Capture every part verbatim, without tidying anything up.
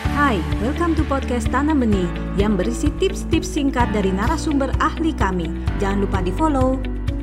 Hai, welcome to podcast Tanam Benih yang berisi tips-tips singkat dari narasumber ahli kami. Jangan lupa di-follow.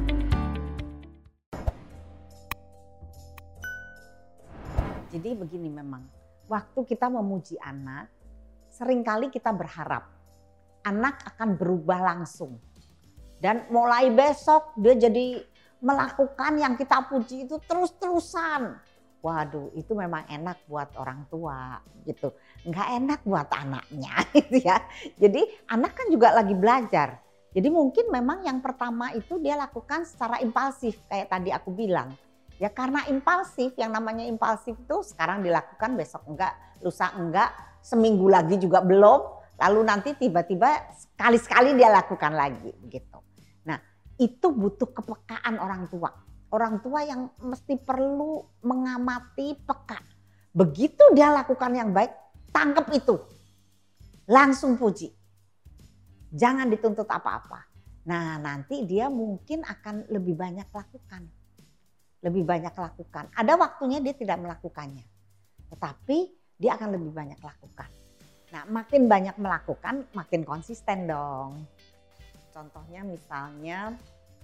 Jadi begini memang, waktu kita memuji anak, seringkali kita berharap anak akan berubah langsung. Dan mulai besok dia jadi melakukan yang kita puji itu terus-terusan. Waduh, itu memang enak buat orang tua gitu. Nggak enak buat anaknya gitu ya. Jadi anak kan juga lagi belajar. Jadi mungkin memang yang pertama itu dia lakukan secara impulsif kayak tadi aku bilang. Ya karena impulsif, yang namanya impulsif itu sekarang dilakukan, besok enggak, lusa enggak, seminggu lagi juga belum. Lalu nanti tiba-tiba sekali-sekali dia lakukan lagi gitu. Nah itu butuh kepekaan orang tua. Orang tua yang mesti perlu mengamati, peka. Begitu dia lakukan yang baik, tangkap itu. Langsung puji. Jangan dituntut apa-apa. Nah nanti dia mungkin akan lebih banyak lakukan. Lebih banyak lakukan. Ada waktunya dia tidak melakukannya. Tetapi dia akan lebih banyak lakukan. Nah makin banyak melakukan, makin konsisten dong. Contohnya misalnya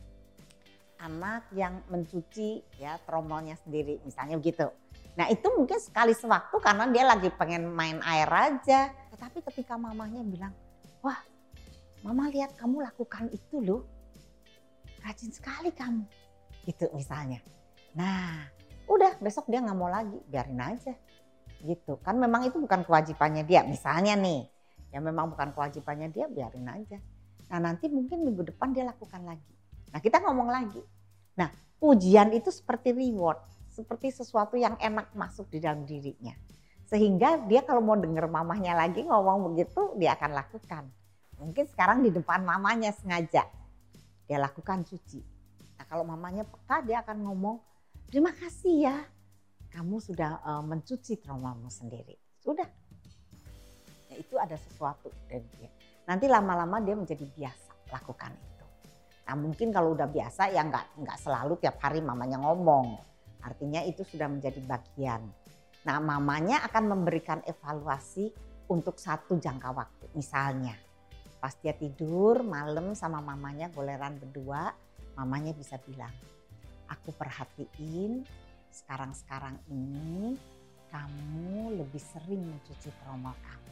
anak yang mencuci ya tromolnya sendiri misalnya begitu. Nah itu mungkin sekali sewaktu karena dia lagi pengen main air aja. Tetapi ketika mamanya bilang, wah mama lihat kamu lakukan itu loh. Rajin sekali kamu. Gitu misalnya. Nah udah besok dia gak mau lagi, biarin aja. Gitu kan memang itu bukan kewajibannya dia. Misalnya nih ya memang bukan kewajibannya dia, biarin aja. Nah nanti mungkin minggu depan dia lakukan lagi. Nah kita ngomong lagi. Nah pujian itu seperti reward. Seperti sesuatu yang enak masuk di dalam dirinya. Sehingga dia kalau mau denger mamahnya lagi ngomong begitu dia akan lakukan. Mungkin sekarang di depan mamanya sengaja. Dia lakukan cuci. Nah kalau mamanya peka dia akan ngomong, terima kasih ya. Kamu sudah uh, mencuci tromolmu sendiri. Sudah. Nah, itu ada sesuatu dari dia. Nanti lama-lama dia menjadi biasa lakukan itu. Nah mungkin kalau udah biasa ya nggak nggak selalu tiap hari mamanya ngomong. Artinya itu sudah menjadi bagian. Nah mamanya akan memberikan evaluasi untuk satu jangka waktu. Misalnya pas dia tidur malam sama mamanya goleran berdua. Mamanya bisa bilang, aku perhatiin sekarang-sekarang ini kamu lebih sering mencuci tromol kamu.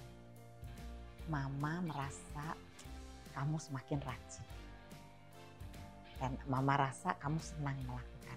Mama merasa kamu semakin rajin. Dan mama rasa kamu senang melakukan.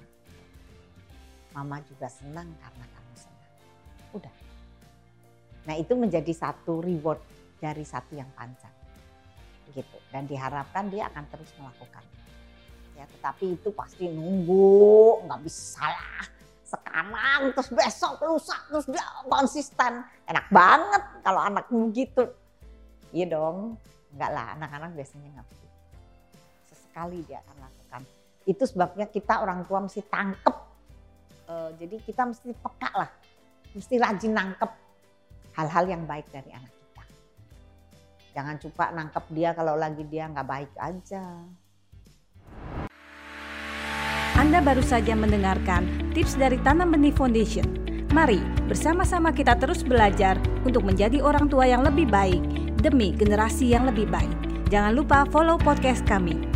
Mama juga senang karena kamu senang. Udah. Nah itu menjadi satu reward dari satu yang panjang. Gitu. Dan diharapkan dia akan terus melakukan. Ya, tetapi itu pasti nunggu, nggak bisa salah. Sekarang terus besok lusa terus dia konsisten. Enak banget kalau anak begitu. Iya dong. Enggak lah, anak-anak biasanya nggak begitu. Sesekali dia akan lakukan. Itu sebabnya kita orang tua mesti tangkep. Uh, jadi kita mesti peka lah. Mesti rajin nangkep hal-hal yang baik dari anak kita. Jangan coba nangkep dia kalau lagi dia nggak baik aja. Anda baru saja mendengarkan tips dari Tanam Benih Foundation. Mari bersama-sama kita terus belajar untuk menjadi orang tua yang lebih baik demi generasi yang lebih baik. Jangan lupa follow podcast kami.